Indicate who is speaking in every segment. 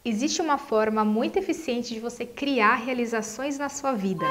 Speaker 1: Existe uma forma muito eficiente de você criar realizações na sua vida.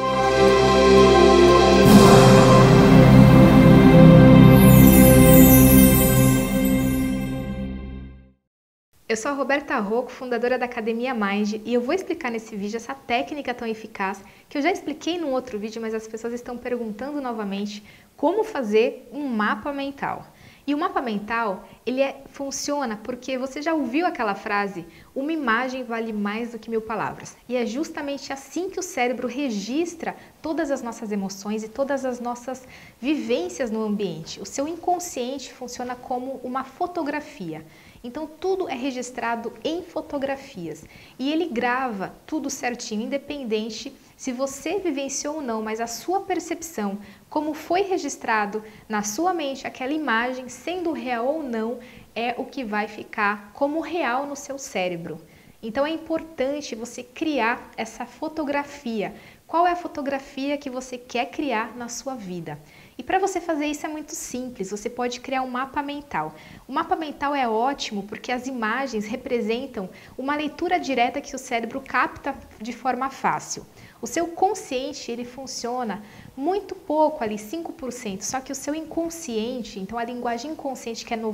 Speaker 1: Eu sou a Roberta Rocco, fundadora da Academia Mind, e eu vou explicar nesse vídeo essa técnica tão eficaz que eu já expliquei num outro vídeo, mas as pessoas estão perguntando novamente como fazer um mapa mental. E o mapa mental, funciona porque você já ouviu aquela frase, uma imagem vale mais do que 1000 palavras. E é justamente assim que o cérebro registra todas as nossas emoções e todas as nossas vivências no ambiente. O seu inconsciente funciona como uma fotografia. Então tudo é registrado em fotografias e ele grava tudo certinho, independente se você vivenciou ou não, mas a sua percepção, como foi registrado na sua mente aquela imagem, sendo real ou não, é o que vai ficar como real no seu cérebro. Então é importante você criar essa fotografia. Qual é a fotografia que você quer criar na sua vida? E para você fazer isso é muito simples, você pode criar um mapa mental. O mapa mental é ótimo porque as imagens representam uma leitura direta que o cérebro capta de forma fácil. O seu consciente, ele funciona muito pouco ali, 5%, só que o seu inconsciente, então a linguagem inconsciente que é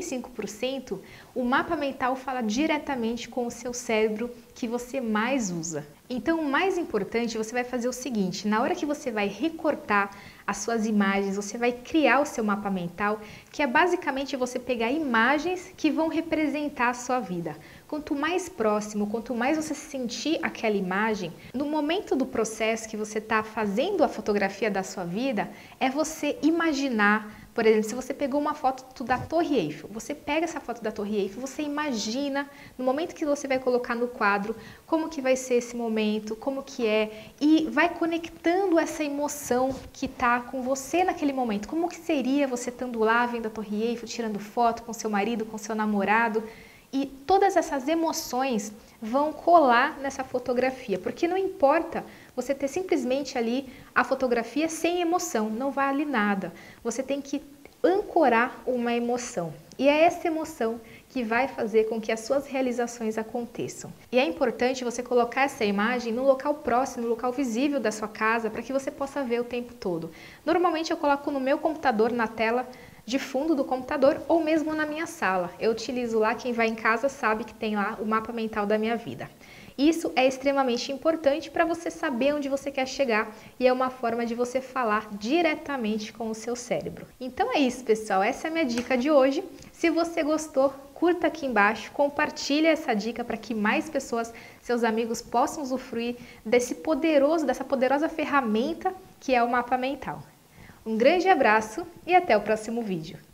Speaker 1: 95%, o mapa mental fala diretamente com o seu cérebro que você mais usa. Então o mais importante, você vai fazer o seguinte, na hora que você vai recortar as suas imagens, você vai criar o seu mapa mental, que é basicamente você pegar imagens que vão representar a sua vida. Quanto mais próximo, quanto mais você sentir aquela imagem, no momento do processo que você está fazendo a fotografia da sua vida, é você imaginar. Por exemplo, se você pegou uma foto da Torre Eiffel, você pega essa foto da Torre Eiffel, você imagina, no momento que você vai colocar no quadro, como que vai ser esse momento, como que é, e vai conectando essa emoção que está com você naquele momento. Como que seria você estando lá, vendo a Torre Eiffel, tirando foto com seu marido, com seu namorado, e todas essas emoções vão colar nessa fotografia, porque não importa você ter simplesmente ali a fotografia sem emoção, não vale nada. Você tem que ancorar uma emoção e é essa emoção que vai fazer com que as suas realizações aconteçam. E é importante você colocar essa imagem no local próximo, no local visível da sua casa, para que você possa ver o tempo todo. Normalmente eu coloco no meu computador, na tela de fundo do computador ou mesmo na minha sala. Eu utilizo lá, quem vai em casa sabe que tem lá o mapa mental da minha vida. Isso é extremamente importante para você saber onde você quer chegar e é uma forma de você falar diretamente com o seu cérebro. Então é isso, pessoal. Essa é a minha dica de hoje. Se você gostou, curta aqui embaixo, compartilha essa dica para que mais pessoas, seus amigos, possam usufruir dessa poderosa ferramenta que é o mapa mental. Um grande abraço e até o próximo vídeo.